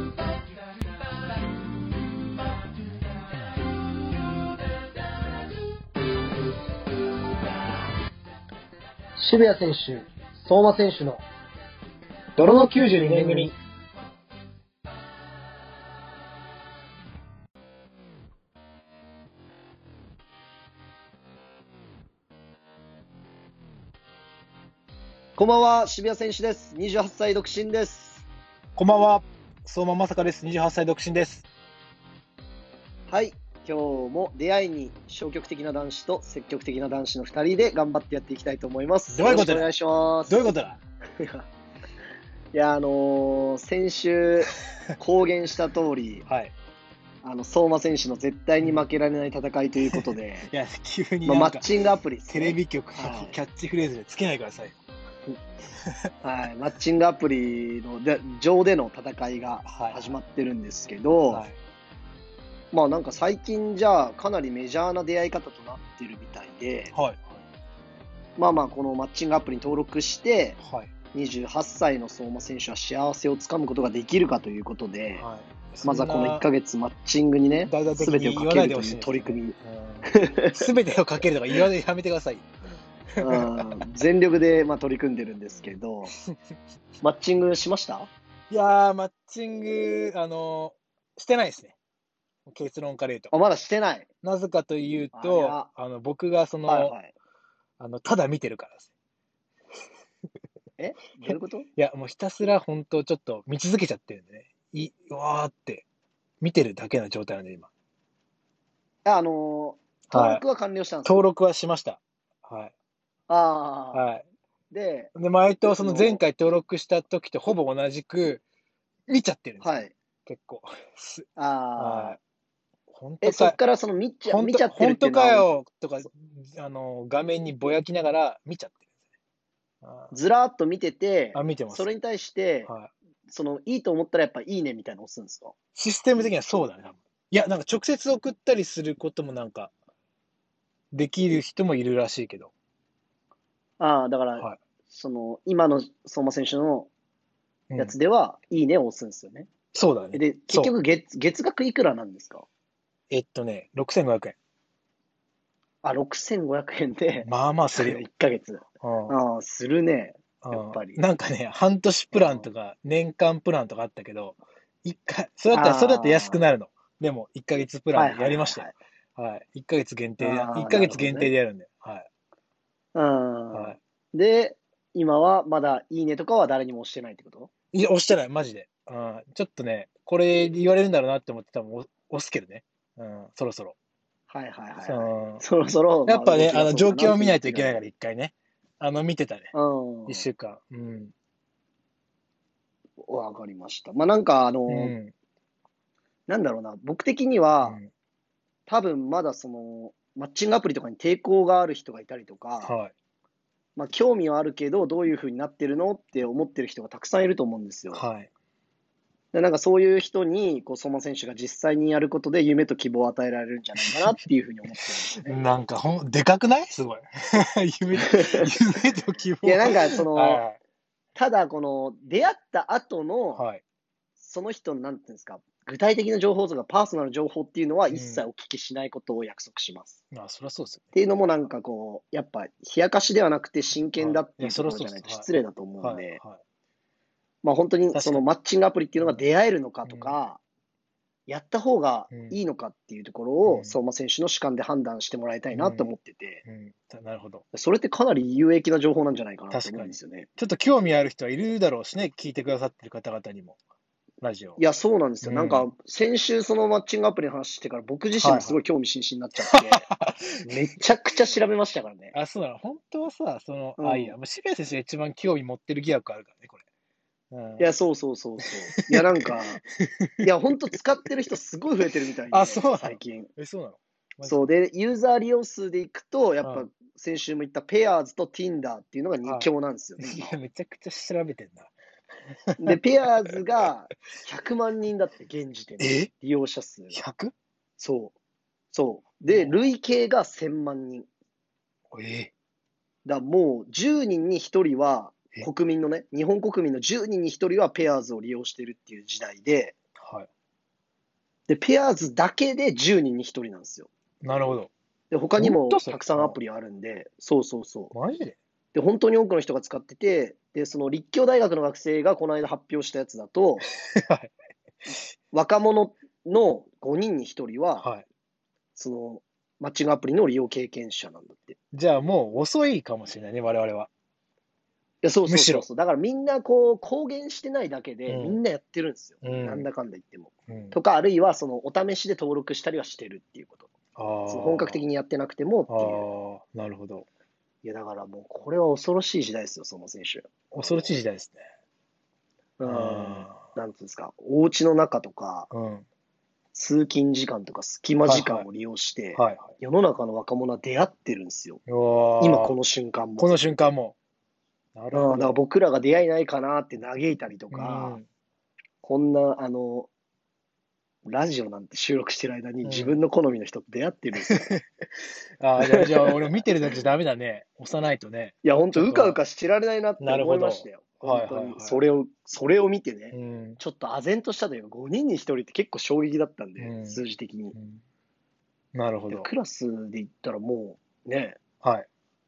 渋谷選手、相馬選手の泥の92年組。 こんばんは、渋谷選手です。28歳独身です。 こんばんは、相馬まさかです。28歳独身です。 はい、今日も出会いに消極的な男子と積極的な男子の2人で頑張ってやっていきたいと思います。 どういうことだ？ よろしくお願いします。 どういうことだ？ いや、先週公言した通り、 はい。 相馬選手の絶対に負けられない戦いということで、 いや、急にマなんかッチングアプリですね。 テレビ局、 はいキャッチフレーズでつけないでください。 はい、マッチングアプリの上での戦いが始まってるんですけど、 はい。 まあなんか最近じゃあかなりメジャーな出会い方となってるみたいで、 はい。 まあまあこのマッチングアプリに登録してはい。 28歳の相馬選手は幸せをつかむことができるかということで、 はい。 まずはこの1ヶ月マッチングにね、 大々的全てをに言わないでかけるというほしいんですよね。 取り組み、 すべてをかけるとか言わないでやめてください。 全力でまあ取り組んでるんですけど、マッチングしました？ いやー、マッチング、してないですね。結論から言うと。 あ、まだしてない。 なぜかというありとゃ、 僕がはいはい。 ただ見てるからです。 え、どういうこと？ いや、もうひたすら本当ちょっと見続けちゃってるんでね。うわーって見てるだけの状態なんで、今。 登はい。 録は完了したんですか？ 登録はしました。はい。 ああ、 はい。 で、 で、前とその前その、 回登録した時とほぼ同じく見ちゃってるんですよ。 はい。 結構。はああ、 い。本当か、 そっからその見ちゃってる本当っていうのは、 かよとか、 そ画面にぼやきながら見ちゃってるんですね。 ずらーっと見てて、 見てます。 それに対して、 はい。 いいと思ったらやっぱいいねみたいなの押すんですか？ システム的にはそうだね、多分。いや、なんか直接送ったりすることもなんか、できる人もいるらしいけど。 ああ、だから、 はい。 今の相馬選手のやうん。 つでは、いいねを押すんですよね。 そうだね。 で、結そう。 局月額いくらなんですか？ 6500円。 あ、6500円で、 まあまあするよ。 1ヶ月。 うん。 ああ、するね。やっうん。 ぱり。 なんかね、半年プランうん。 とか、年間プランとかあったけど、それだったら安くあなるの。でも、1ヶ月プあ、 ランではいはやりましたよ。 いはいはい。 はい。1ヶ月限定で、1 ああ、 ヶ月限定なるほどね。 でやるんで。はい。 うん。 はで、今はまだいいねとかは誰にも押してないってこと？ い。いや、押してない、マジで。うん。ちょっとね、これ言われるんだろうなって思って多分押すけどね。うん、そろそろ。 はいはいはいはい。 そう。 そろそろ、まあ動やっぱね、状き出そうかな況を見ないとっていうぐらい。 いけないから、一回ね。見てたね。 うん。 一週間。うん。 わかりました。まあなんかうん。 なんだろうな、僕的には、 うん。 多分まだマッチングアプリとかに抵抗がある人がいたりとか、 はい。 まあ興味はあるけど、どういう風になってるのって思ってる人がたくさんいると思うんですよ。 はい。 でなんかそういう人に、相馬選手が実際にやることで夢と希望を与えられるんじゃないかなっていう風に思ってるんですよね。 なんかでかくないすごい。夢と希望。 いや、なんかはいただ出会った後の、 はい。 その人の、なんていうんですか、具体的な情報とかパーソナル情報っていうのは一切うん。 お聞きしないことを約束します。 まあ、そりゃそうですよっていうのもなんかやっぱ冷やかしではなくて真ね。はい。いや、 剣だっていうとそりゃそうです。 ころじゃないとはい。 失礼だと思うんはい。 で、 はい。 まあ本当にそ確かに。 のマッチングアプリっていうのがうん。 出会えるのかうん。 とか、やった方がうん。 いいのかっていうところをうん。 相馬選手の主観で判断してもらいたいなとうん。 思ってて、 うん。なるほど。 それってかなり有益な情報なんじゃないかなと確かに。 思うんですよね。 ちょっと興味ある人はいるだろうしね、聞いてくださってる方々にも、ラジオ。 いや、そうなんですよ。なんか、 うん。 先週そのマッチングアプリの話してから僕自身はいはい。 もすごい興味津々になっちゃって、めちゃくちゃ調べましたからね。 あ、そうなの。本当はさ、いいや、 うん。 もう渋谷選手が一番興味持ってる疑惑あるからね、これ。うん。 いや、そうそうそうそう。いや、なんか、いや、ほんと使ってる人すごい増えてるみたいあ、そうで、 なの。 最近。 そうなの。マジで。 そうで、ユーザー利用数でいくと、やっぱうん。 先週も言ったペアーズと Tinder っていうのが二は強なんですよね、 い。い今は。 や、めちゃくちゃ調べてんな。 で、ペアーズが100万人だって、現時点で。 え利用者数が。 ?100? そう。そう。で、累計が1000万人。 えもう10人に1人は、 え国民のね、日本国民の10人に1人はペアーズを利用してるっていう時代で、 はい。 で、ペアーズだけで10人に1人なんですよ。 なるほど。 で、他にもほんとそれたくさんアプリあるんで、そうそうそう。 マジでで、本当に多くの人が使ってて、で、その立教大学の学生がこの間発表したやつだと、 はい。 若者の5人に1人は、 はい。 その、マッチングアプリの利用経験者なんだって。いじゃあもう遅いかもしれないね、我々は。 や、そうむしろ。 そうそうそう。だからみんなこう、公言してないだけで、 うんみんなやってるんですよ。 うんなんだかんだ言っても。 うん。 とか、あるいはその、お試しで登録したりはしてるっていうこと。その本格的あにやってなくてもっていう。 あ、ああ、なるほど。 いや、だからもう、これは恐ろしい時代ですよ、その選手。 恐ろしい時代ですね。 うん。 あなんていうんですか、お家の中とか、 あ、うん。 通勤時間とか隙間時間を利用して、 はいはい。 世の中の若者は出会ってるんですよ。 うわー今この瞬間も。 この瞬間も。なるうん、 ほだからど。 僕らが出会いないかなって嘆いたりとうか、 ん。 こんな、ラジオなんて収録してる間にうん自分の好みの人と出会ってるんですから。いああ、じゃあ俺見てるだけじゃダメだね。押さないとね。 や、ほんと、うちょっとかうかしてられないなってなるほど。 思いましたよ。本当に。 はいはいはそれを見てい。 ね、 うん。 ちょっと唖然としたというか、5人に1人って結構衝撃だったんで、 うん数字的に。 うんなるほど。 でクラスで言ったらもう、ね、 はい。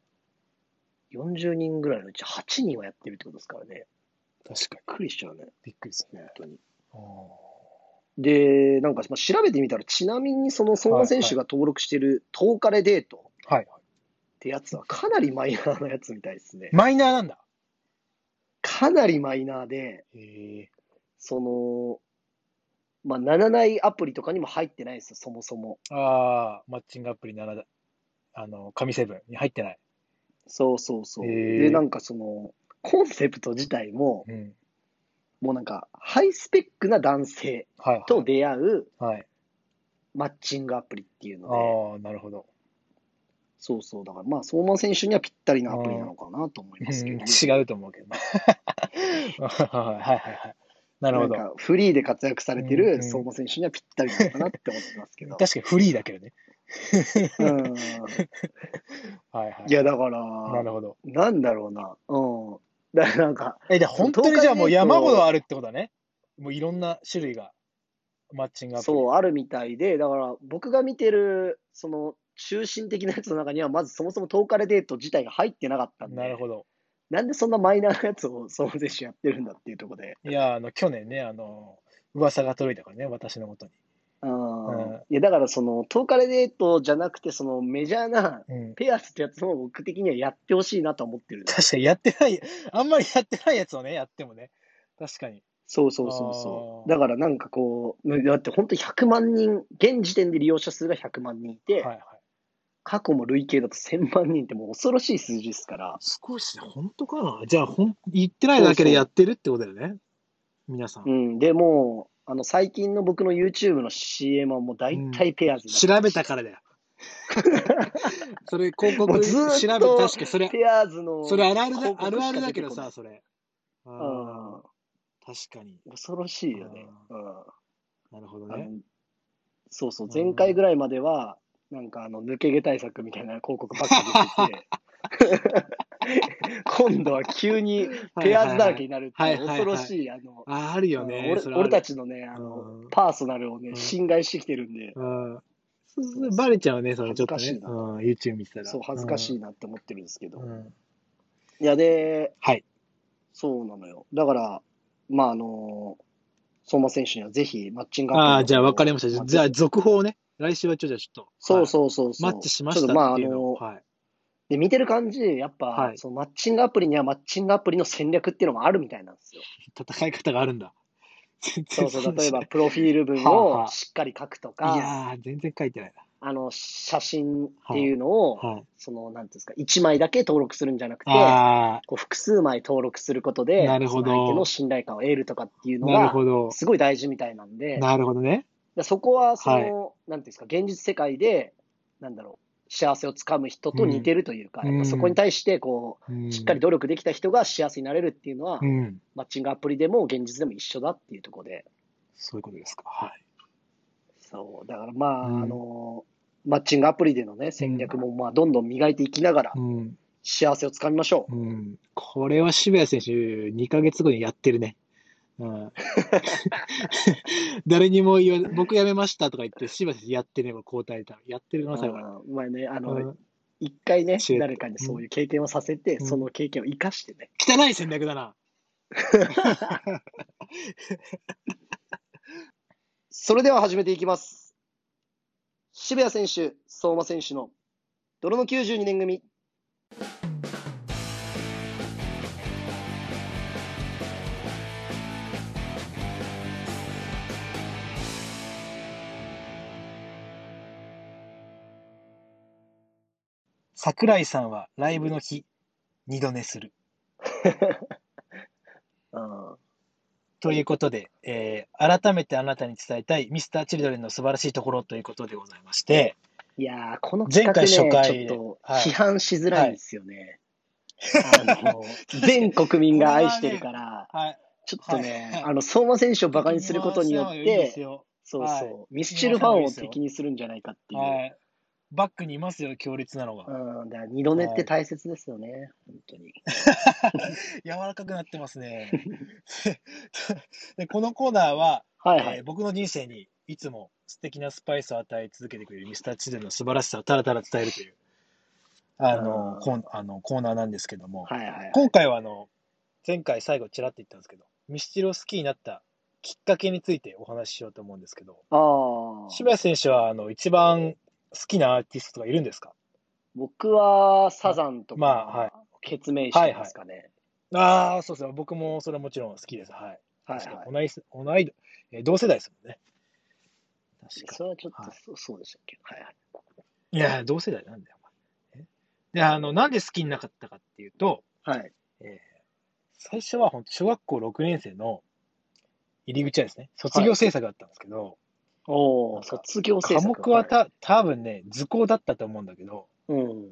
40人ぐらいのうち8人はやってるってことですからね。 確かに。 びっくりしちゃうね。 びっくりですね。 本当に。 あで、なんか、まあ調べてみたら、ちなみにその相馬選手が登録してる10日でデートっーはい。 てやつはかなりマイナーなやつみたいですね。 マイナーなんだ。 かなりマイナーで、 へえ。 その、まあ、79アプリとかにも入ってないですよ、そもそも。 ああ、マッチングアプリ7だ。神セブンに入ってない。 そうそうそう。 へえで、なんかその、コンセプト自体も、 うん。 もうなんか、ハイスペックな男性はいと出会うはい。 マッチングアプリっていうので、 ああ、なるほど。 そうそう、だからまあ、相馬選手にはぴったりなアプリなのかなと思いますけど、 違うと思うけどな。はいはいはい。なるほど。 なんか、フリーで活躍されてる相馬選手にはぴったりなのかなって思ってますけど。 確かにフリーだけどね。 うん。 はいはい。 いや、だかなら、 るほど。 なんだろうな。うん。だからなんか、 じゃあ本当にじゃあもう山ほどあるってことだね。もういろんな種類が、マッチングアプリ。 そう、あるみたいで、だから僕が見てる、その、中心的なやつの中には、まずそもそも10日でデート自体が入ってなかったんで、 なるほど。 なんでそんなマイナーなやつを相馬選手やってるんだっていうところで。 いや、去年ね、噂が届いたからね、私のもとに。 いや、だからその、10日でデートじゃなくて、そのメジャーなうん。 ペアスってやつも僕的にはやってほしいなと思ってるんですよ。 確かにやってない、あんまりやってないやつをね、やってもね。確かに。 そうそうそうそあーう。だからなんかこう、だって本当100万人、現時点で利用者数が100万人いて、 はいはい。 過去も累計だと1000万人ってもう恐ろしい数字ですから。 少しね、本当かな。じゃあ、言ってないだけでやってるってことだよね。皆さん。 うん。でもう、最近の僕の YouTube の CM はもう大体ペアーズになって調べたからだよ。それ、広告もうずーっと調べて、確かにそれ、 ペアーズのそれあるあるだ、 広告しかあるあるだ出てこないけどさ、それ。 うん。 確かに。 恐ろしいよね。 なるほどあのね。 そうそう、前回ぐらいまでは、なんか抜け毛対策みたいな広告ばっか出てて、今度は急にペアーズだらけになるっていう恐ろしい、 あるよね。それある俺たちのね、 うんパーソナルをね、 うん侵害してきてるんで、 そうバレちゃうね、それちょっとね。 恥ずかしいな YouTube 見てたら。 そう、恥ずかしいなって思ってるんですけど。 うんいや、で、 はい。 そうなのよ。だから、まあ、相馬選手にはぜひマッチングアプリの方をじゃあ分かりました。じゃあ、続報をね。来週はじゃあちょっと。 そうそうそうそう。 マッチしましたちょっとまあ、 っていうのを。はい。 で、見てる感じ、やっぱ、 はいそのマッチングアプリにはマッチングアプリの戦略っていうのもあるみたいなんですよ。 戦い方があるんだ。 そうそう、例えば、プロフィール文をはあはあしっかり書くといか、 やー、全然書いてないな。 写真っていうのを、 はい。 その、なんていうんですか、1枚だけ登録するんじゃなくて、 あこう複数枚登録することで、 なるほどその相手の信頼感を得るとかっていうのなるがほど、 すごい大事みたいなんで、 なるほどね。 でそこは、その、 はいなんていうんですか、現実世界で、なんだろう、幸せをつかむ人と似てるというか、 うんやっぱそこに対して、こう、 うんしっかり努力できた人が幸せになれるっていうのは、 うん。 マッチングアプリでも現実でも一緒だっていうところで、 そういうことですか。はい。 そう、だからまあ、 うんマッチングアプリでのね、戦略もまあ、どんどん磨いていきながら、 うん。 幸せをつかみましょう。 うん。これは渋谷選手、2ヶ月後にやってるね。 うん、誰にも言わ僕辞めましたとか言って、柴田先生やってねば交代だ。やってる可能性あるから。 お前ね、 うん、 一回ね、 しれっと。 誰かにそういう経験をさせて、その経験を生かしてね。 汚い戦略だな。 それでは始めていきます。渋谷選手、相馬選手の泥の92年組。 桜井さんはライブの日、二度寝する。ということで、改めてあなたに伝えたいミスターチルドレンの素晴らしいところということでございまして、 いやー、この前回初企画ね、ちょ回で、 っとはい、 批判しづらいんはい。 ですよね。全国民これが愛してるはね、 から、 はい、 ちょっとはい、 ね、 はい。 相馬選手をバカにす敵にることによっ回した方がいいですて、 よ。 そうはい。 そう、ミス敵に回したチルファンを方がいいですよ。 敵にするんじゃないかっていう。 はい。バックにいますよ、強烈なのが。 だから二度寝ってはい。 大切ですよね、本当に。 柔らかくなってますね。で、このコーナーは、 はいはい。 僕の人生にいつも素敵なスパイスを与え続けてくれるミスターチルドレンの素晴らしさをただただ伝えるという、コーナーなんですけども、 はいはいはい。 今回は前回最後ちらっと言ったんですけど、ミスチルを好きになったきっかけについてお話ししようと思うんですけど、渋谷選手は一番好きなアーティストがいるんですか？ 僕はサあ、 ザンとまあ、はい。 か、ケツメイシとかではいはい。 すかね。 ああ、そうそう。僕もそれはもちろん好きです。はい。確かに。 はいは同世代ですもんね。 い。 確かに。 それはちょっとはそうでしたっけ。はいはい。 い。いや、同世代なんだよ、お前。で、なんで好きになかったかっていうと、 はい。 えー最初は本当小学校6年生の入り口はですね、卒はい。 業制作だったんですけど、 おー、 なんか、 卒業制科作。はい。 目は多分ね、図工だったと思うんだけど、 うん。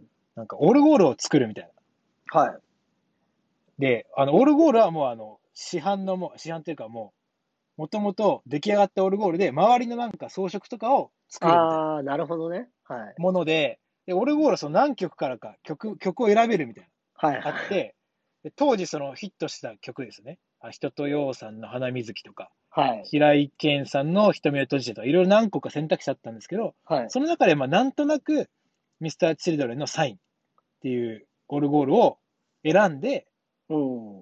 なんか、オルゴールを作るみたいな。 はい。 で、オルゴールはもう市販というかもともと出来上がったオルゴールで、周りのなんか装飾とかを作るみたいなあー、なるほどね。はい。 もので、オルゴールはその何曲からか曲を選べるみたいな、 はいはい。 あって、で当時そのヒットした曲ですね。人とようさんの花水木とか、 はい。 平井堅さんの瞳を閉じてとか、いろいろ何個か選択肢あったんですけど、 はい。 その中でなんとなく、ミスターチルドレンのサインっていうオルゴールを選んで、 うん。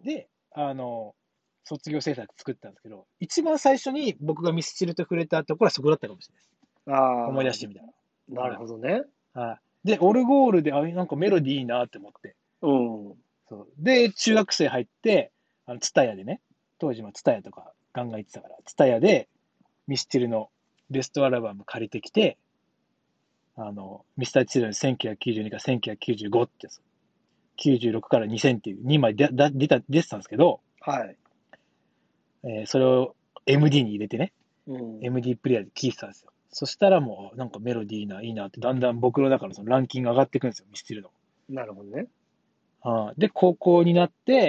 で、卒業制作作ったんですけど、一番最初に僕がミスチルと触れたところはそこだったかもしれないです。思い出あしてみたー、なるら。 ほどね。 はい。で、オルゴールで、なんかメロディーいいなって思って。 うん。 そう。で、中学生入って、ツタヤでね、当時もツタヤとかガンガン行ってたから、ツタヤでミスチルのベストアルバム借りてきて、ミスターチルドレン1992から1995ってやつ、96から2000っていう2枚出てたんですけど、 はい。 それを MD に入れてね、 うん。 MD プレイヤーで聴いてたんですよ。そしたらもう、なんかメロディーいいなって、だんだん僕の中のそのランキング上がっていくんですよ、ミスチルの。 なるほどね。 で、高校になって、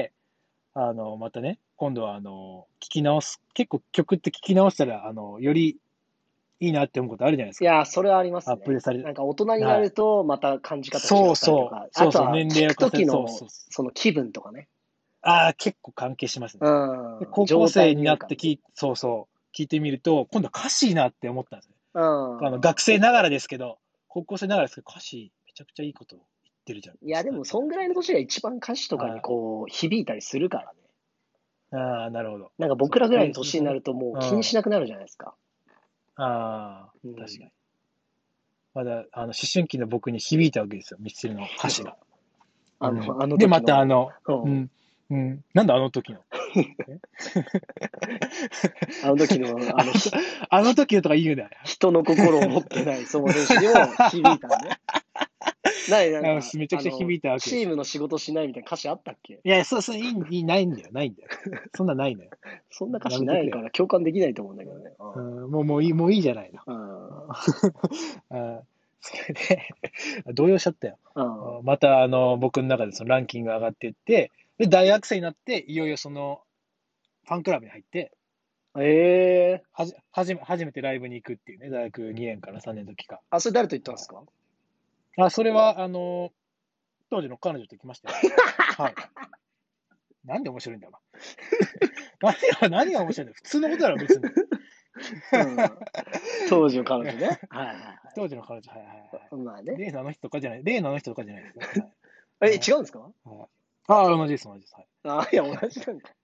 またね、今度は聞き直す、結構曲って聞き直したら、よりいいなって思うことあるじゃないですか。 いやー、それはありまアッすね。 プデートされる。 なんか大人になはい。 ると、また感じ方違そうったりとか、あとは年齢を聞くと重ね、 きのその気分とかね。 結構関係しますね。で、 うん。 高校状態生になっによるからね。 て聞いてみると、今度は歌詞いいなって思ったんですね。 うん。 学生ながらですけど、高校生ながらですけど、歌詞めちゃくちゃいいこと言ってるじゃん、 いや、でも、そんぐらいの年が一番歌詞とかにあこう、響いたりするからね。 なるほど。 なんか僕そう。 らぐらいので、 年になるともう気にうん。 しなくなるじゃないですか。 確かに。 うん。 まだ、思春期の僕に響いたわけですよ、ミスチルの歌詞が。うん。 あので、また時の、うん。 なんだあの時の。えあの時の、 あの時のとか言うなよ。 人の心を持ってない相馬選手にも響いたね。なんか、 めちゃくちゃ響いたわけですよ。 チームの仕事しないみたいな歌詞あったっけ？ いや、ないんだよ、ないんだよ。そんなないのよ。 そんな歌詞やめてくれよ。 ないから共感できないと思うんだけどね。 もういいじゃないの。 うん。 それで、動揺しちゃったよ。 うん。 また、僕の中でそのランキングが上がっていって、で、大学生になって、いよいよその、ファンクラブに入って、 ええ初めてライブに行くっていうね、大学2年から3年の時か。 ー。あ、それ誰と言ったんではい。 すか？ それは、当時の彼女と行きましたよ。はい。 なんで面白いんだよ、お前。何が面白いんだよ。普通のことだろ、別に。 当時の彼女ね。はいはいは当時の彼女、はいはいはい。 い。まあね。 例のあの人とかじゃない、例のあの人とかじゃないですね。 違うんですか？ はい。ああ、同じです、同じです。はい。 いや、同じなんか。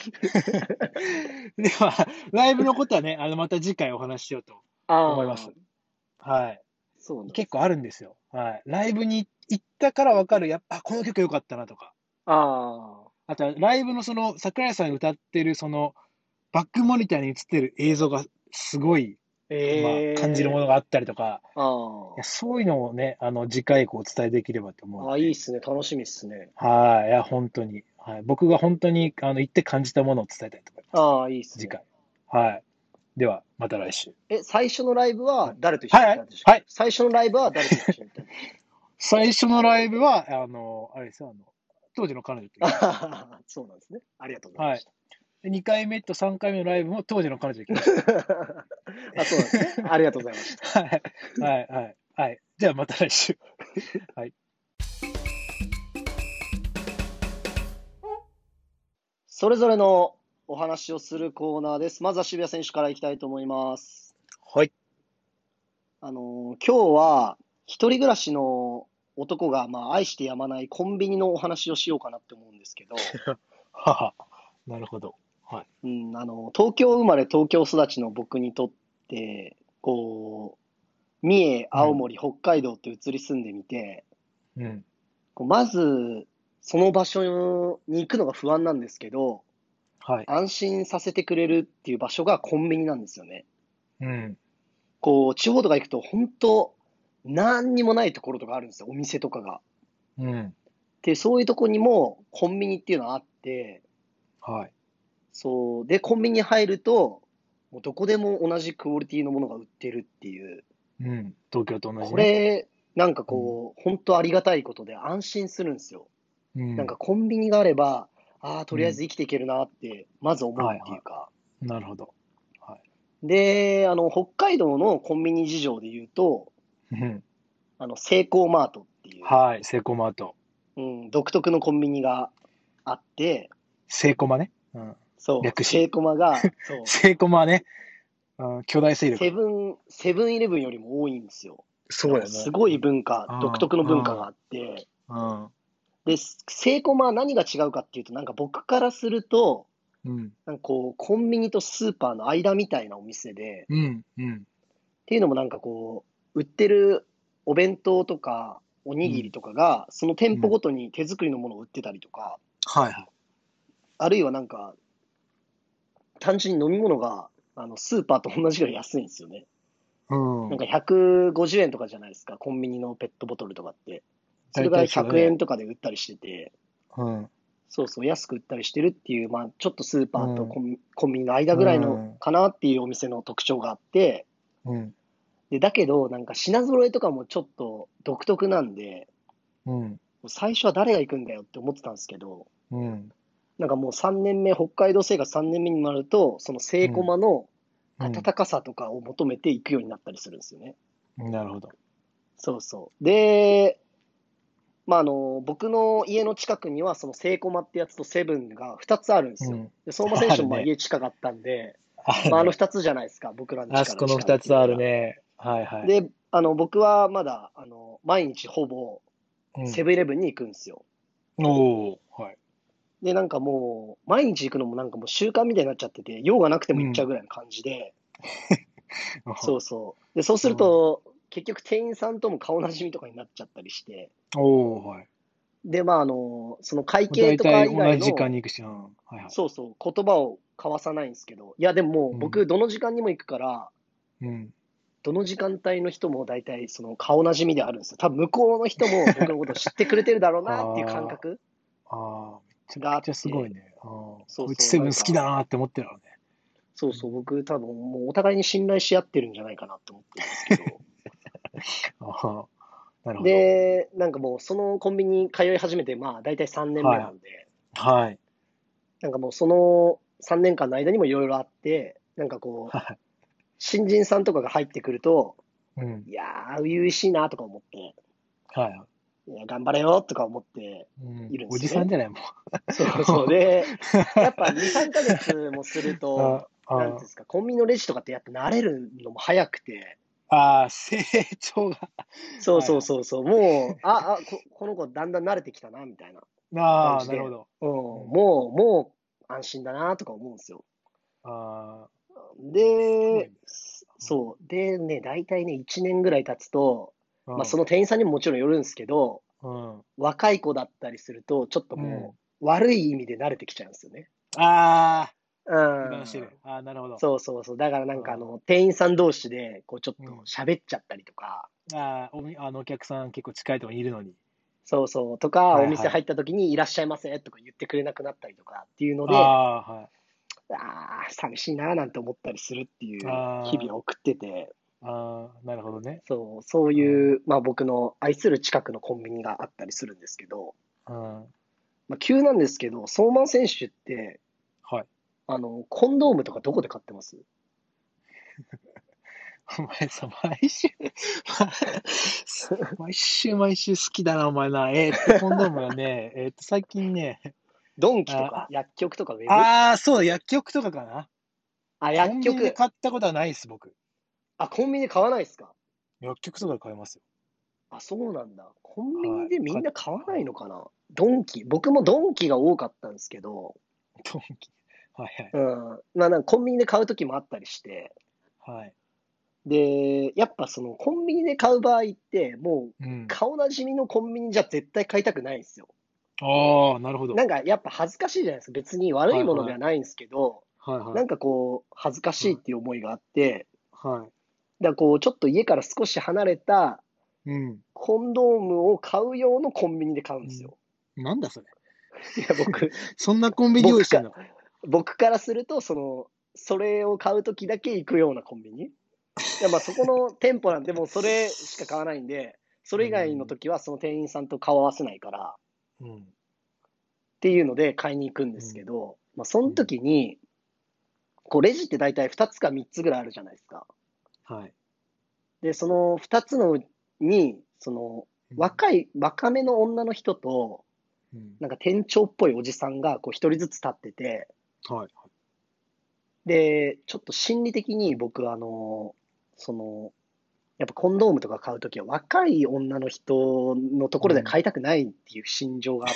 では、ライブのことはね、また次回お話ししようと思いまああ、 す。はい。 そうなんです。 結構あるんですよ。はい。ライブに行ったからわかる、この曲良かったなとか。 ああとは、ライブの桜井さんが歌ってる、バックモニターに映ってる映像がすごい、感じるものがあったりとか、そういうのをね、次回以降お伝えできればと思うのいいで。 っすね。楽しみっすね。 はい。いや、本当に。はい。僕が本当に、行って感じたものを伝えたいと思います。 いいっすね。 次回。はい。では、また来週。 最初のライブははい。 誰と一緒にはい。 行ったんでしょう？ はい。 最初のライブは誰と一緒に行ったんでしょ最初のライブは、あれですよ、当時の彼女と行きましう？そうなんですね。ありがとうごた。はい。 ざいました。 で2回目と3回目のライブも当時の彼女と行きましそうなんですね。ありがとうございました。 た。はい。はい。はい。はい。じゃあまた来週。はい。 それぞれのお話をするコーナーです。まずは渋谷選手からいきたいと思います。 はい。 今日は一人暮らしの男が、愛してやまないコンビニのお話をしようかなって思うんですけど、 はは。なるほど。はい。 東京生まれ東京育ちの僕にとって、三重、青森、北海道って移り住んでみて、 うん。 まず、その場所に行くのが不安なんですけど、 はい。 安心させてくれるっていう場所がコンビニなんですよね。 うん。 地方とか行くと、本当何にもないところとかあるんですよ、お店とかが。 うん。 で、そういうとこにもコンビニっていうのはあって、 はい。 そう。で、コンビニに入ると、もうどこでも同じクオリティのものが売ってるっていう。 うん。東京と同じこね。 れ、なんかうん。 本当ありがたいことで安心するんですよ。なんかうん。 コンビニがあれば、とりあえうん。 ず生きていけるなって、まず思うっはいはていうか。 い。なるほど。はい。 で、北海道のコンビニ事情で言うと、 うん。 セイコーマートっていう、 はい。セイコーマート。 独特のコンビニがあって、 セイコマね。うん。 そう、 略し。 セイコマが、そう、 セイコマね。うん、巨大勢力。 セブンイレブンよりも多いんですよ。 そうだよね。 すごい独特のうん。 文化があって、 うん。 で、セイコマは何が違うかっていうと、なんか僕からすると、 うん。 なんかコンビニとスーパーの間みたいなお店で、 うん。うん。 っていうのもなんか売ってるお弁当とか、おうん。 にぎりとかが、その店うん。 舗ごとに手作りのものを売ってたりとか、 はいはい。 あるいはなんか、単純に飲み物が、スーパーと同じぐらい安いんですよね。 うん。 なんか150円とかじゃないですか、コンビニのペットボトルとかって。それ大が100 体そうだね。 円とかで売ったりしてて、 うん。 そうそう、安く売ったりしてるっていう、ちょっとスーパーとうん。 コンビニの間うぐらいのん。 かなっていうお店の特徴があって、 うん。 で、だけど、なんか品揃えとかもちょっと独特なんで、 うん。 最初は誰が行くんだよって思ってたんですけど、 うん。 なんかもう3年目、北海道生活3年目になると、そのセイコマの温かさとかを求めて行くようになったりするんですよね。 うん。なるほど。 そうそう。で、僕の家の近くには、そのセイコマってやつとセブンが2つあるんですよ。 うん。 で、相馬選手もあるね。 家近かったんで、 あるね。 2つじゃないですか。僕らのあそこの家から近いっ二つあて言ったら。 るね。はいはい。 で、僕はまだ、毎日ほぼうん。 セブンイレブンに行くんですよ。 おー。はい。 で、なんかもう、毎日行くのもなんかもう習慣みたいになっちゃってて、用がなくても行っちゃううん。 ぐらいの感じで、 あそうそう。で、そうするうん。 と、結局店員さんとも顔なじみとかになっちゃったりして、 おー。はい。 で、その会計大とか以体同じ時間外の、 に行くし、うん。はいはい。 そうそう、言葉を交わさないんですけど、いや、でももううん。 僕、どの時間にも行くから、 うん。 どの時間帯の人も大体その顔なじみであるんですよ。多分向こうの人も僕のことを知ってくれてるだろうなっていう感あ覚あ、ああ、めちゃがあっくちゃすごいて、 ね。ああ、 そうそう、 こいつセブン好きだなーって思ってるのね。 そうそう、僕多分もうお互いに信頼し合ってるんじゃないかなと思ってるんですけど、 ああ、なるほど。 で、なんかもうそのコンビニ通い始めて、大体3年目なはんで、 い。はい。 なんかもうその3年間の間にもいろいろあって、なんかはい。 新人さんとかが入ってくると、 うん。 いやー、初々しいなとか思って、 はい。 いや、頑張れよとか思っているんでおじすよね。 さんじゃないもそうそう。で、やっぱ2、3ヶ月もするう。 と、なんていうんですか、コンビニのレジとかってやっぱ慣れるのも早くて、 成長が。 そうそうはいはい。 そうそう、もう、この子だんだん慣れてきたな、みたいな感じで、 なるほど。 もう安心だな、とか思うんですよ。 ああ、すごいで、 ね。 そう。でね、大体ね、1年ぐらい経つと、まあ、 うん。 その店員さんにももちろんよるんですけど、 うん。 若い子だったりすると、ちょっとうん。 もう、悪い意味で慣れてきちゃうんですよね。 ああ、 うん。 油断してる。なるほど。 そうそうそう。だからなんかあ店員さん同士で、こうちょっとうん。 喋っちゃったりとか、 お客さん結構近いところにいるのに。 そうそう、とか、おはいはい。 店入った時にいらっしゃいませとか言ってくれなくなったりとかっていうので、 はい。 寂しいななんて思ったりするっていう日あ 々を送ってて、 なるほどね。 そうあいう、まあ僕の愛する近くのコンビニがあったりするんですけど、 うん。 まあ急なんですけど、相馬選手って、 はい。 コンドームとかどこで買ってます？ お前さ、毎週好きだな、お前な。コンドームはね、最近ね、 ドンキとかあ、 薬局とかウェブ？ そうだ、薬局とかかな。コンビニで薬局。 買ったことはないです、僕。 コンビニで買わないですか？ 薬局とかで買いますよ。 そうなんだ。コンビニはい。 でみんな買わないはい。 のかな？ドンキ。僕もドンキが多かったんですけど、 ドンキ。はいはい。 うん。まあなんかコンビニで買う時もあったりして、 はい。 で、やっぱそのコンビニで買う場合って、もううん。 顔なじみのコンビニじゃ絶対買いたくないんですよ。 なるほど。 なんかやっぱ恥ずかしいじゃないですか。別に悪いものではいはい。 はないんですけど、 はいはい。 なんかこう、恥ずかしいはい。 っていう思いがあって、 はだからこう、ちょっと家から少し離れたい。うん。 コンドームを買う用のコンビニで買うんうん。 ですよ。 なんだそれ。 いや、 そんなコンビニ用意僕か、 してんの？ 僕からすると、それを買うときだけ行くようなコンビニ。まあそこの店舗なんてもうそれしか買わないんで、それ以外のうん。 時はその店員さんと顔合わせないからうん。 っていうので買いに行くんですうん。 けど、まあそのうん。 時に、こうレジって大体2つか3つぐらいあるじゃないですか。 はい。 で、その2つのに、 うん。 若めの女の人と、 うん。 なんか店長っぽいおじさんがこう一人ずつ立ってて、 はい。 で、ちょっと心理的に僕その、やっぱコンドームとか買うときは若い女の人のところでうん。 買いたくないっていう心情があって、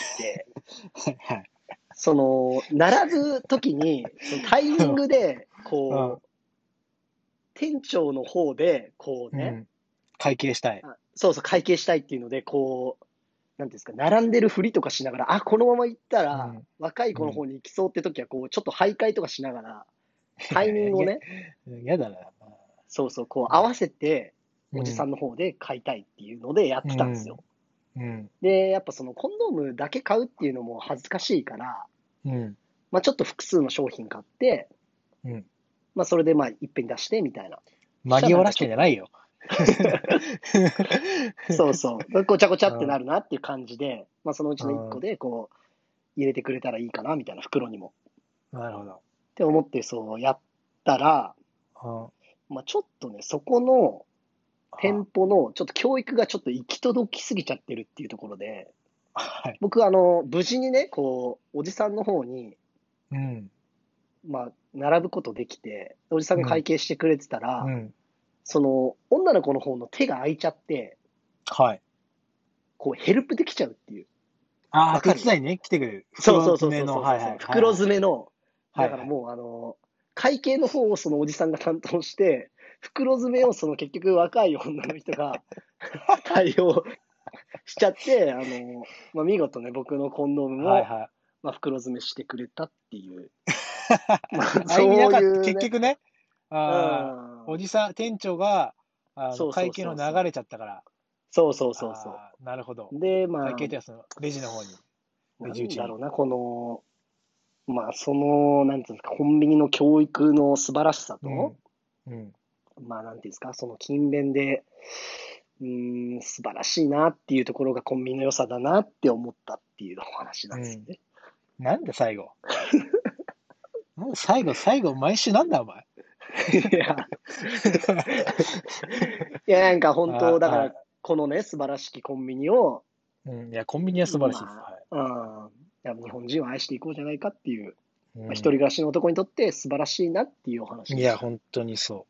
はいはい。 並ぶときに、そのタイミングで、 うん。 店長の方で、こうね、 うん。会計したい。 そうそう、会計したいっていうので、こう、なんていうんですか、並んでるふりとかしながら、このまま行ったら、 うん。 若いうん。 子の方に行きそうって時は、こう、ちょっと徘徊とかしながら、タイミングをや、 ね、 やだな。 そうそう、こう、合わはい。 せて、 うん。 おじさんの方で買いたいっていうのでやっうてたんですよ。 ん。うん。 で、やっぱそのコンドームだけ買うっていうのも恥ずかしいから、 うん。 まあちょっと複数の商品買って、 うん。 まあそれでまあいっぺんに出してみたいな。そしたらなん紛わらしかちょっと、 てんじゃないよ。 そうそう、ごちゃごちゃってうん。 なるなっていう感じで、まあそのうちの1個うん。 でこう入れてくれたらいいかなみたいな袋にも。 なるほど。 って思ってそうやったら、 うん。 まあちょっとね、そこの店舗のちょっと教育がちょっと行き届きすぎちゃってるっていうところで、 はい。 僕無事にね、こう、おじさんの方に、 うん。 まあ、並ぶことできて、おじさんが会うん。 計してくれてたら、 うん。 女の子の方の手が空いちゃって、 はい。 こう、ヘルプできちゃうっていう。わかる？ 手伝いにね、来てくれる。 そう袋そうそうそう詰めの。 そうそう。 はいはい。はい袋はい。 詰めの、 はいはい。 だからもう会計の方をそのおじさんが担当して、袋詰めをその結局若い女の人が対応しちゃって、まあ、見事ね、僕のコンドームも、 はいはい。 まあ、袋詰めしてくれたっていう、 意味なそうかった。 いうね、 結局ね、 うおん、 じさん、店長が、 そうそう会計そうそう。 の流れちゃったから、 そうそうそうそなるほど。 う。で、 会まあ、 計ってその、レジの方に、レなジ打ちに。 んだろうな、まあ、なんていうんですか、コンビニの教育の素晴らしさと、 うん。うん。 まあ、なんていうんですか、その勤勉で、素晴らしいなっていうところがコンビニの良さだなって思ったっていうお話なうん。 んですよね。 なんだ最後。なんだ最後、毎週なんだお前。 いや、いや、なんか本当、だから、 はい。 このね、素晴らしきコンビニを、 いや、コンビニは素晴らしいです。 まはい。 あ、やっぱ日本人を愛していこうじゃないかっていう、 うん一人暮らしの男にとって素晴らしいなっていうお話いや、 でした。 本当にそ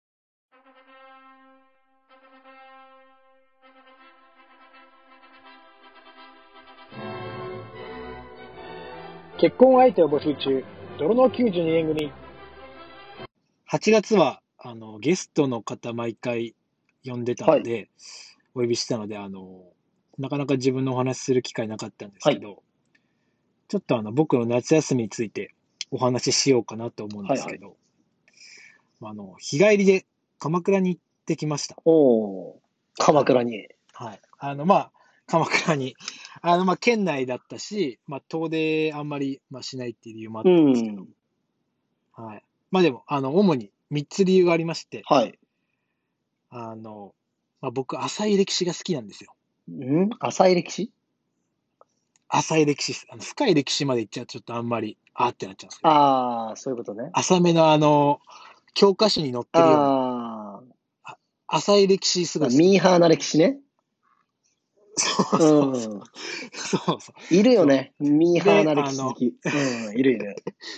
結婚相手を募集中。泥の92年組。 う。8月は、ゲストの方毎回呼んでたはい。 ので、お呼びしたので、なかなか自分のお話しする機会なかったんですはい。 けど、ちょっと僕の夏休みについてお話ししようかなと思うんはいはい。 ですけど、日帰りで鎌倉に行ってきました。 おー、鎌倉に。 はい。鎌倉に、県内だったし、遠出あんまり、しないっていう理由もあっうたんですけど、 ん。 はい。でも、主に3つ理由がありまして、 はい。 僕、浅い歴史が好きなんですよ。 浅い歴史。 浅い歴史、深い歴史まで行っちゃうとちょっとあんまり、ってなっちゃうんですけど、 ああ、そういうことね。 浅めの教科書に載ってるような、 ああ浅い歴史すごあ、 い好きで。 ミーハーな歴史ね。 そううそうそう。 ん。 そうそう。 いるよそね。ミーう。で、 ハーな歴史好き。うん、いるいる。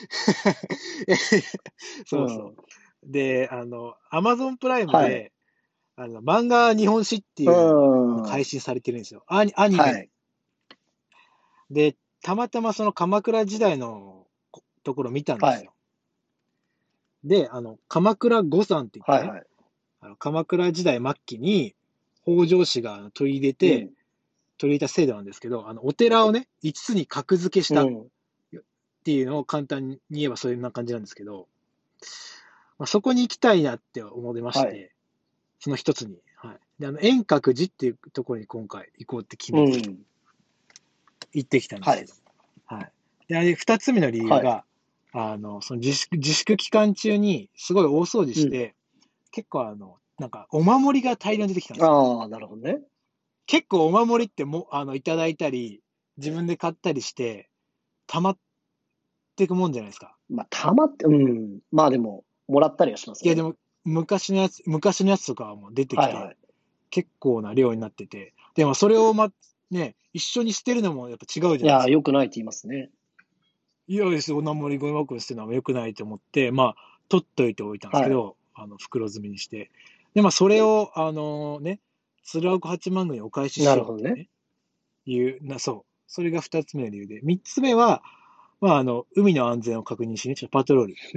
うそうそん。 う。で、アマゾンプライムはい。 で、漫画日本史ってういうのが、配ん。 信されてるんですよ。アニメで。 はい。 で、たまたまその鎌倉時代のところ見たんではい。 すよ。で、鎌倉御三って言ってね、 はいはい。 鎌倉時代末期に北条氏がうん。 取り入れた制度なんですけど、お寺をね、5つに格付けしたっうん。 ていうのを簡単に言えばそういう感じなんですけど、そこに行きたいなって思いましはい。 て、その一つに。はい。で、円覚寺っていうところに今回行こうって決めてうん。 行ってきたんですはい。 けど。はい。で、二つ目の理由はい。 が、その自粛期間中にすごい大掃除うん。 して、結構なんかお守りが大量に出てきたんですよ。 ああ、なるほどね。 結構お守りっていただいたり、自分で買ったりして、溜まっていくもんじゃないですか。 まあ、たまって、うん。まあでも、もらったりはしますいや、 ね。 でも、昔のやつとかはもう出てきて、 はいはい。 結構な量になってて、でもそれをね、一緒に捨てるのもやっぱ違うじいや、 ゃないですか。 良くないって言いますね。 いやです、お守りゴミ箱に捨てるのは良くないと思って、取っといておいたんですけはい。 ど、袋詰めにして。で、それを、鶴岡八幡宮にお返ししなるほどね。 ようっていうね、そう。それが二つ目の理由で。三つ目は、海の安全を確認しに、ちょっとパトロールうん。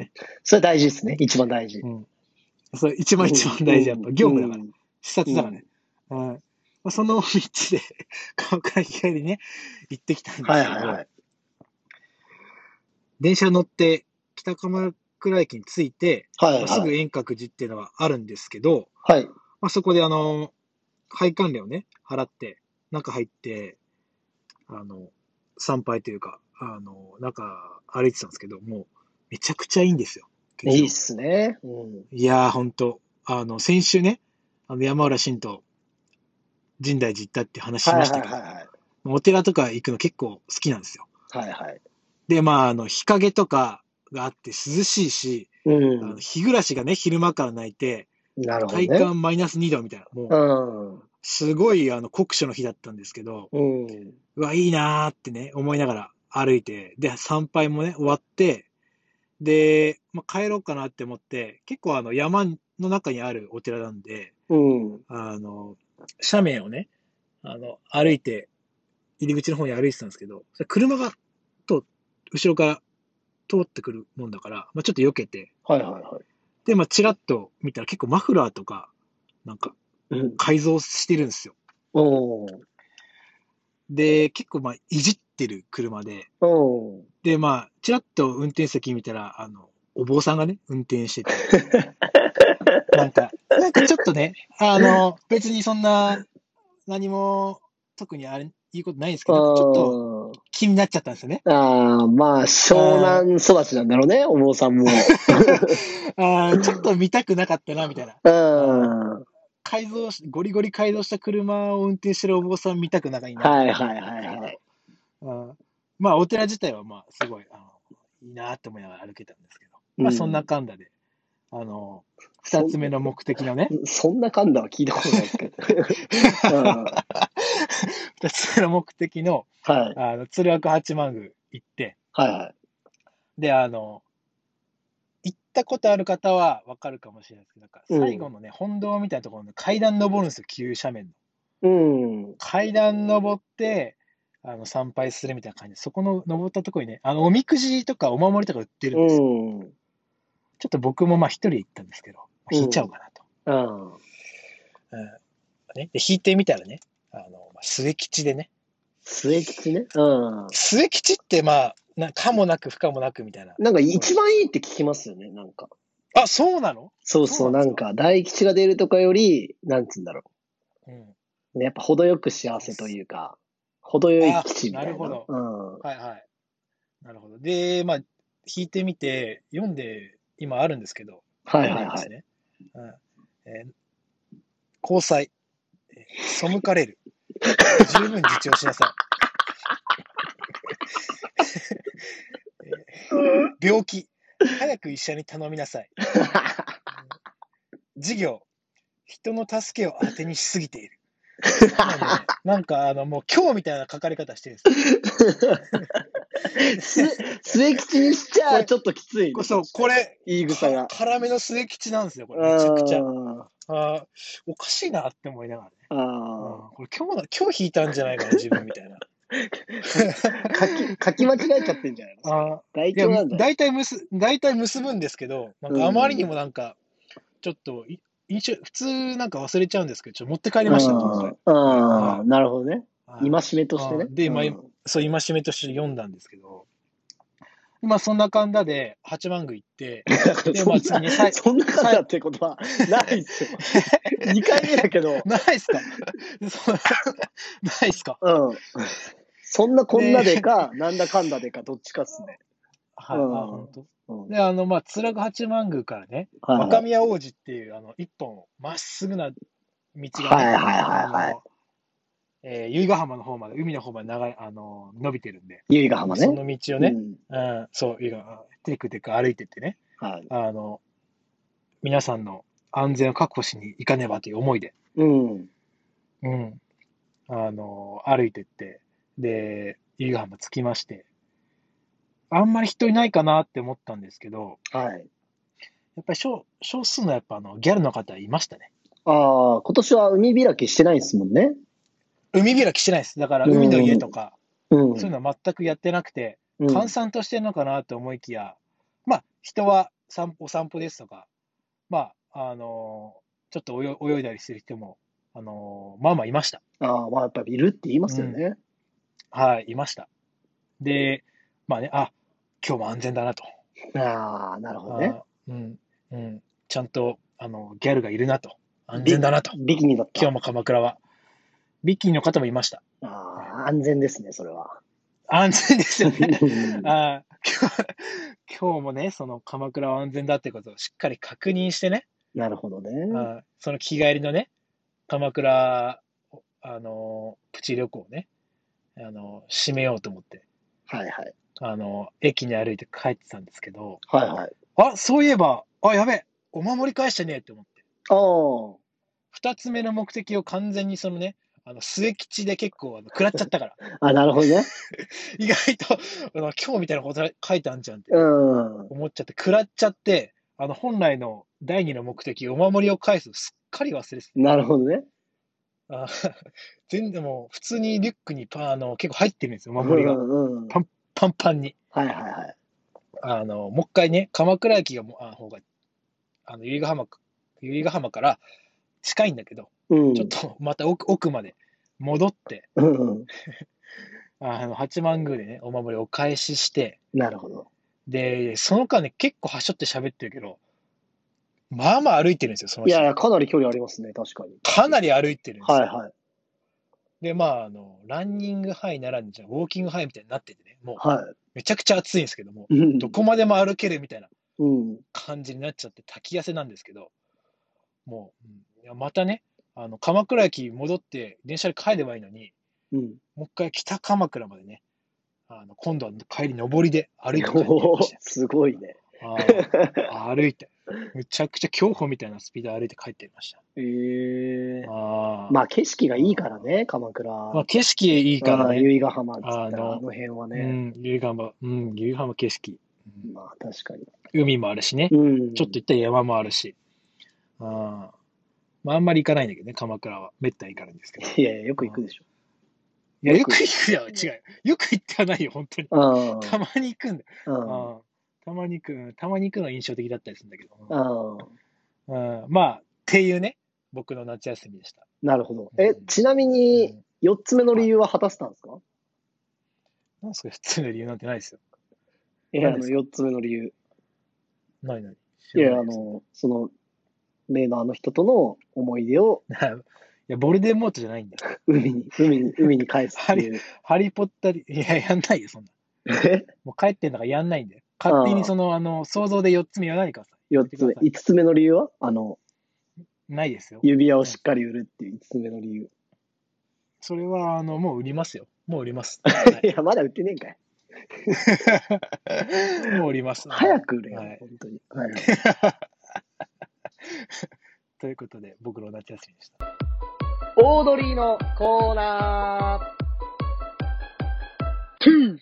ですね。 それ大事ですね。一番大事。 うん。それ一番うん。 大事。やっぱ業う務だから。 ん。 視うん。 察だからね。うん。その三つで川から日帰りね、行ってきたんではすけど、 いはいはい。 電車乗って北鎌倉駅に着いて、すぐはいはい。 円覚寺っていうのはあるんですけど、 はい。 そこで拝観料ね、払って、中入って、参拝というか、中歩いてたんですけど、もう、めちゃくちゃいいんですよ、結論。 いいっすね。うん。 いやー、ほんと、先週ね、山浦新と深大寺行ったって話しはいはいましたけど、 はいはい。 お寺とか行くの結構好きなんですよ。 はいはい。 で、日陰とかがあって涼しいし、 うん。 日暮らしがね、昼間から泣いて、 なるほど体ね。 感マイナス2度みたいな、もうう、 ん。 すごい酷暑の日だったんですけど、 うん。 うわ、いいなーってね、思いながら歩いて、で、参拝もね、終わって、で、帰ろうかなって思って、結構山の中にあるお寺なんで、 うん。 斜面をね、歩いて、入り口の方に歩いてたんですけど、それ車が後ろから通ってくるもんだから、ちょっと避けて、 はいはいはい。 で、チラッと見たら結構マフラーとか、なんかうん。 改造してるんですよ。 おー。 で、結構いじってる車で、 おー。 で、チラッと運転席見たら、お坊さんがね、運転してて、なんかちょっとね、別にそんな、何も、特に言うことないんですけど、ちょっとあ気になっちゃったんですよね。 ああ、まあ、湘あ南育ちなんだろうね、お坊さんも。 ちょっと見たくなかったな、みたいな。 うあーん。 ゴリゴリ改造した車を運転してるお坊さん見たくないな、みたいな思っはいはいたんですけど、 はいはい。 お寺自体はすごい、いいなって思いながら歩けたんですけど、そんなうん。 かんだで、 二つ目の目的のね、 そんな噛んだは聞いたことないですけど。 二つ目の目的の、 はい。 鶴岡八幡宮行って、 はいはい。 で、行ったことある方はわかるかもしれないですけど、なんか最後のね、本堂みたいなところの階段登るんですよ、急斜面の。 うん。 階段登って、参拝するみたいな感じで、そこの登ったところにね、おみくじとかお守りとか売ってるんうですよ。 ん。 ちょっと僕もまあ一人で行ったんですけど、引いちゃおうかなと。 あね、で、引いてみたらね、末吉でね。 末吉ね。うん。 末吉ってまあ、かもなく不可もなくみたいなとなんかころで。 一番いいって聞きますよね、なんか。 あ、そうなの？ そうそう、 そうなんですか？ なんか大吉が出るとかより、なんつうんだろうん。 う。ねやっぱ程よく幸せというか、程よいあ、 吉みたいな。 なるほど。 うん。ははいはい。なるほど。で、まあ、引いてみて、読んで、今あるんですけど、 いはい読んでみまはい。 すね。うん。交際、背かれる。十分自重しなさい。病気、早く医者に頼みなさい。事業、人の助けを当てにしすぎている。もうね、なんかもう今日みたいな書かれ方してるんですよ。 末吉にしちこれ、 ゃちょっときついね、 そう、 確かに。 これ、 言い草が。 辛めの末吉なんですよ、これ、めちゃくちゃ。 あおかしいなって思いながらね。 あ、ああ。 これ今日引いたんじゃないかな、自分みたいな。 書き間違えちゃってんじゃないのそれ。大いや、 凶なんじゃない大体結ぶんですけど、なんうかあまりにもん。 なんか、ちょっと、普通なんか忘れちゃうんですけど、ちょっと持って帰りました、今回。 うん。 これ。 うん。 はい。 なるほどね。 はい。 戒めとしてね。 で、今、 うん。 そう、戒めとして読んだんですけど、まあそんな感じで八幡宮行って、で、まあ次ね、 そんなかんだってことはないっすよ。2回目だけど、 ないっすか？そうないっすか？ うん。そんなこんで、 なでか、なんだかんだでか、どっちかっすね。うはい、あ、 ん。 本当。 うん。 で、まあ、鶴岡八幡宮からね、若はいはい。 宮大路っていう、一本、まっすぐな道がね、 はいはいはいはい。 由比ヶ浜の方まで、海の方まで伸びてるんで、 由比ヶ浜で、そね。 の道をね、 うん。 そう、テクテク歩いてってね、 はい。 あの、皆さんの安全を確保しに行かねばという思いで、 うん。 うん、歩いてって、で、由比ヶ浜着きまして、あんまり人いないかなって思ったんですけど、 はい。 やっぱり少数のやっぱギャルの方いましたね。 ああ、今年は海開きしてないですもんね。 海開きしてないです。だから海のうん。 家とか、 うん。 そういうのは全くやってなくて、 うん。 閑散としてるのかなと思いきや、まあ、人はお散歩ですとか、まあ、ちょっと泳いだりしてる人も、まあまあいました。 ああ、まあやっぱりいるって言いまうん。 すよね。 はい、いました。で、まあね、今日も安全だなと。 ああ、なるほどね。 あうん、うん。ちゃんと、ギャルがいるなと。安全だなと。 ビキニだった。 今日も鎌倉は。ビッキーの方もいました。 ああ、安全ですね、それは。 安全ですよね。 うん今日もね、その鎌倉は安全だってことをしっかり確認してね、 なるほどね。 その日帰りのね、鎌倉、プチ旅行をね、締めようと思って、 はいはい。 駅に歩いて帰ってたんですけど、 はいはい。 そういえば、やべえ、お守り返してねえって思って、 ああ、 二つ目の目的を完全にそのね、末吉で結構食らっちゃったから、 あ、なるほどね。 意外と、今日みたいなこと書いてあんじゃんってうね、 ん。 思っちゃって、食らっちゃって、本来の第二の目的、お守りを返すのすっかり忘れてて、 なるほどね。 あ全然もう、普通にリュックに結構入ってるんですよ、おう守りが。 んうん。 パンパンパンに。 はいはいはい。 もう一回ね、鎌倉駅が方が、由比ヶ浜から近いんだけど、ちょっうん。 とまた奥まで戻って、 うんうん。 八幡宮でね、お守りお返しして、 なるほど。 で、その間ね、結構はしょって喋ってるけど、まあまあ歩いてるんですよ、その人。 いやいや、かなり距離ありますね、確かに。 かなり歩いてるんですよ。 はいはい。 で、まあ、ランニングハイならぬじゃウォーキングハイみたいになっててね、もう、 はめちゃくちゃ暑いんですけども、 い。うん。 どこまでも歩けるみたいなうん。 感じになっちゃって、滝汗なんですけど、もう、いやまたね、鎌倉駅戻って電車で帰ればいいのに、 うん。 もう一回北鎌倉までね、今度は帰り上りで歩いて帰ってやりまおお、 したよ。 すごいね。 歩いて。むちゃくちゃ競歩みたいなスピードで歩いて帰っていました。 まあ、景色がいいからね、鎌倉。 まあ、景色いいからね。 由比ヶ浜っつったら、あの辺はね。 由比ヶ浜、由比ヶ浜景色。 まあ、確かに。 海もあるしね。ちょっと行ったら山もあるし。まあ、あんまり行かないんだけどね、鎌倉は。めったに行かないんですけど。 いやいや、よく行くでしょ。 いや、よく行くよ。違う。よく行ってはないよ、本当に。たまに行くんだよ。たまに行くのが印象的だったりするんだけど。まあ、っていうね、僕の夏休みでした。 なるほど。ちなみに、4つ目の理由は果たせたんですか？ なんですか、4つ目の理由なんてないですよ。 いや、4つ目の理由。 何いや、その、例のあの人との思い出を。 いや、ボルデモートじゃないんだよ。 海に返すっていう。 ハリーポッター、いや、やんないよ、そんな。もう帰ってんだからやんないんだよ。勝手に想像で4つ目言わないからさ。 4つ目。5つ目の理由はないですよ。 指輪をしっかり売るっていう5つ目の理由。 それは、もう売りますよ。もう売ります。 いや、まだ売ってねえんかい。 もう売ります。 早く売れよ、本当に。 ということで、僕の夏休みでした。 オードリーのコーナー。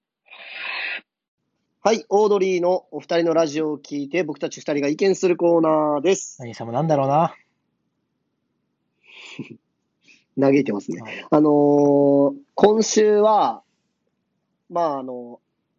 はい、オードリーのお二人のラジオを聞いて、僕たち二人が意見するコーナーです。 何様なんだろうな。 嘆いてますね。今週は、まあ9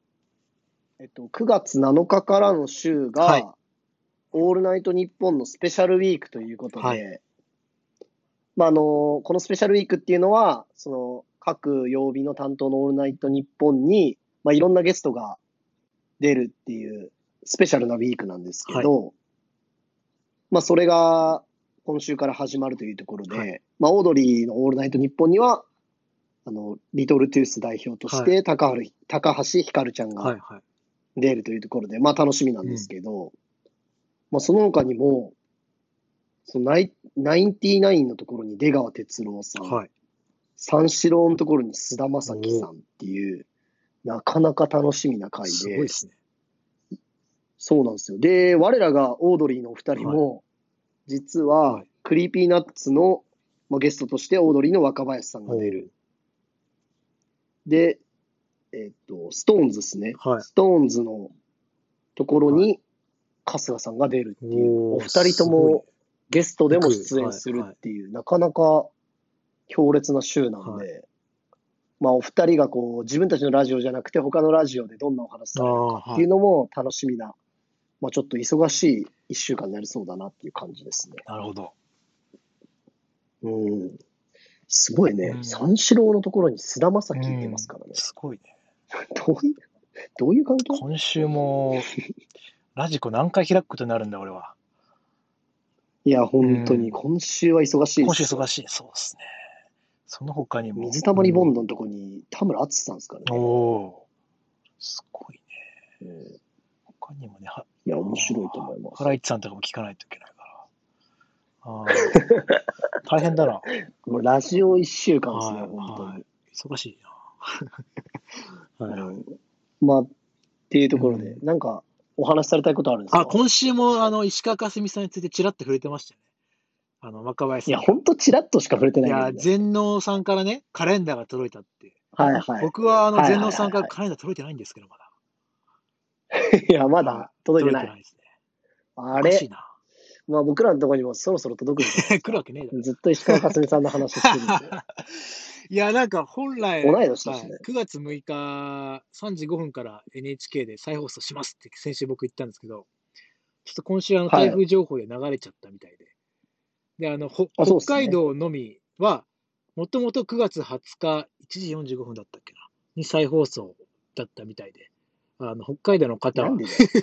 月7日からの週が、オールナイトニッポンのスペシャルウィークということで、まあこのスペシャルウィークっていうのは、各曜日の担当のオールナイトニッポンに、まあいろんなゲストが出るっていうスペシャルなウィークなんですけど、まあそれが今週から始まるというところで、まあオードリーのオールナイトニッポンには、リトルトゥース代表として、高橋ひかるちゃんが出るというところで、まあ楽しみなんですけど、まあその他にも、ナインティナインのところに出川哲朗さん、三四郎のところに菅田将暉さんっていう、なかなか楽しみな回で。 すごいですね。 そうなんですよ。で、我らがオードリーのお二人も、実は、クリーピーナッツのゲストとしてオードリーの若林さんが出る。で、ストーンズですね。ストーンズのところに春日さんが出るっていう、お二人ともゲストでも出演するっていう、なかなか強烈な週なんで、まあお二人が自分たちのラジオじゃなくて他のラジオでどんなお話されるかっていうのも楽しみな、まあちょっと忙しい一週間になりそうだなっていう感じですね。 なるほど。 すごいね。三四郎のところに菅田将暉いてますからね。 すごいね。 どういう関係？ 今週も、ラジコ何回開くことになるんだ、俺は。 いや、本当に、今週は忙しいです。 今週忙しい。そうですね。その他にも。 水溜りボンドのところに田村淳さんですからね。 すごいね。他にもね、 いや、面白いと思います。 ハライチさんとかも聞かないといけないから。大変だな。 もうラジオ1週間ですね、本当に。 忙しいな。まあ、っていうところで、なんか、お話しされたいことあるんですか？ 今週も、石川佳純さんについてちらっと触れてましたよね。若林さん。 いや、ほんとちらっとしか触れてないけど、ね。 いや、全能さんからね、カレンダーが届いたって。僕は、全能さんからカレンダー届いてないんですけど、まだ。 いや、まだ届いてない。 ですね。 あれ？まあ僕らのところにもそろそろ届くんですよ。 来るわけねえだろ。 ずっと石川佳純さんの話してるんで。 いや、なんか本来、 同い年だしね。 9月6日3時5分から NHK で再放送しますって先週僕言ったんですけど、ちょっと今週台風情報で流れちゃったみたいで。で、北海道のみは、もともと9月20日1時45分だったっけな、に再放送だったみたいで、北海道の方は、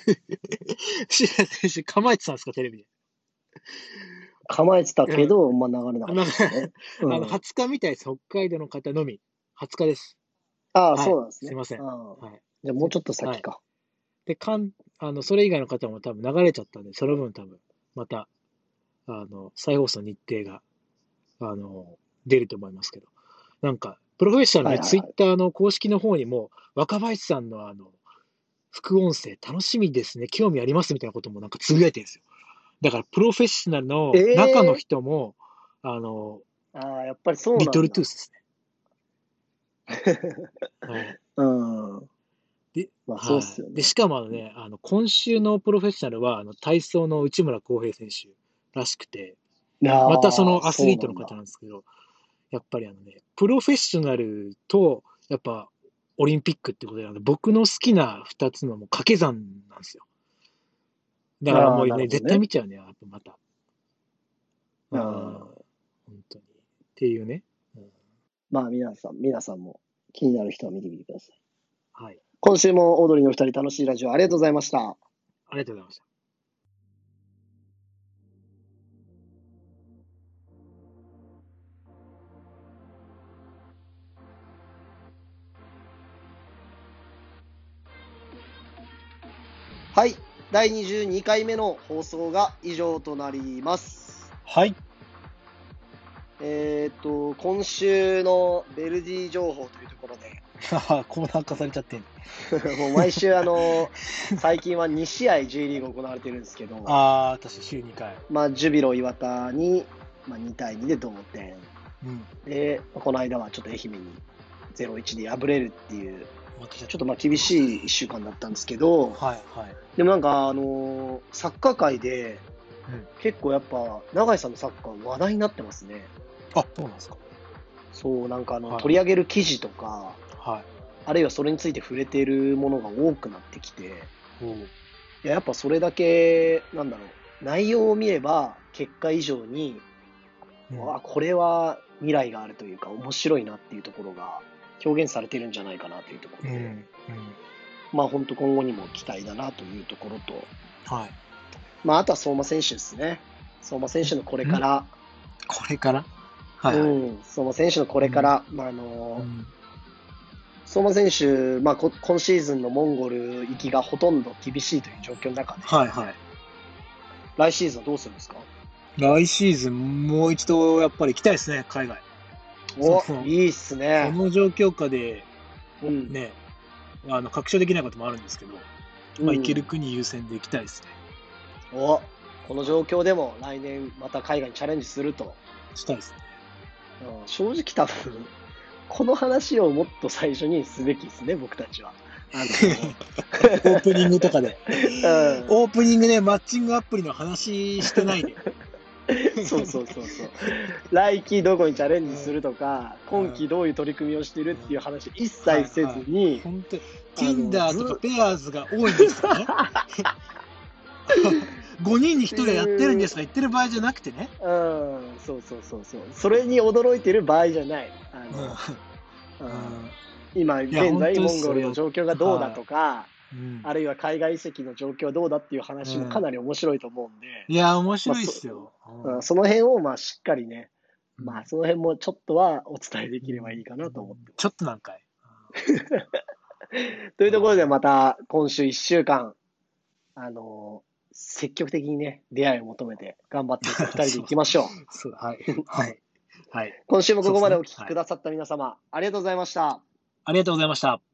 先週構えてたんですか、テレビで。 構えてたけど、まあ流れなかったですね。 20日みたいです、北海道の方のみ。20日です。 そうなんですね。 すいません。 じゃあもうちょっと先か。 で、それ以外の方も多分流れちゃったんで、その分多分、また、再放送日程が、出ると思いますけど。なんか、プロフェッショナルのツイッターの公式の方にも、若林さんの副音声楽しみですね、興味ありますみたいなこともなんかつぶやいてるんですよ。だからプロフェッショナルの中の人も、 やっぱりそうなんだ。 リトルトゥースですね。 うん。 で、 まあそうっすよね。 で、しかもね、今週のプロフェッショナルは、体操の内村航平選手らしくて、またそのアスリートの方なんですけど、やっぱりプロフェッショナルと、やっぱ、オリンピックってことで、僕の好きな2つのもう掛け算なんですよ。だからもうね、絶対見ちゃうね、また。本当に。っていうね。 まあ皆さんも気になる人は見てみてください。 はい。 今週もオードリーの2人楽しいラジオありがとうございました。 ありがとうございました。 はい。第22回目の放送が以上となります。 はい。 今週のベルディ情報というところで。 コーナー化されちゃってんもう毎週最近は2試合 J リーグ行われてるんですけど。 確か週2回。 まあ、ジュビロ磐田に、2対2で同点。で、この間はちょっと愛媛に 0-1 で敗れるっていう、ちょっと厳しい1週間だったんですけど、でもなんかサッカー界で、結構やっぱ、永井さんのサッカー話題になってますね。 そうなんですか。 そう、なんか取り上げる記事とか、あるいはそれについて触れているものが多くなってきて、やっぱそれだけ、内容を見れば結果以上に、これは未来があるというか面白いなっていうところが表現されてるんじゃないかなというところで、まあ本当今後にも期待だなというところと、まああとは相馬選手ですね。相馬選手のこれから。 これから相馬選手のこれから、相馬選手、今シーズンのモンゴル行きがほとんど厳しいという状況の中で、来シーズンはどうするんですか？ 来シーズンもう一度やっぱり行きたいですね、海外。 いいっすね。 この状況下で、ね、確証できないこともあるんですけど、行ける国優先で行きたいですね。 この状況でも来年また海外にチャレンジすると。 したいですね。 正直多分、この話をもっと最初にすべきですね、僕たちは。 オープニングとかで。オープニングでマッチングアプリの話してないで。 そう。来季どこにチャレンジするとか、今季どういう取り組みをしてるっていう話一切せずに。 本当に。Tinder とかペアーズが多いんですよね。5人に1人やってるんですとか言ってる場合じゃなくてね。 そう。それに驚いてる場合じゃない。今、現在モンゴルの状況がどうだとか、あるいは海外移籍の状況はどうだっていう話もかなり面白いと思うんで。 いや、面白いっすよ。 その辺をしっかりね、その辺もちょっとはお伝えできればいいかなと思ってます。 ちょっと何回。 というところでまた今週1週間、積極的にね、出会いを求めて頑張って2人で行きましょう。今週もここまでお聞きくださった皆様、ありがとうございました。 ありがとうございました。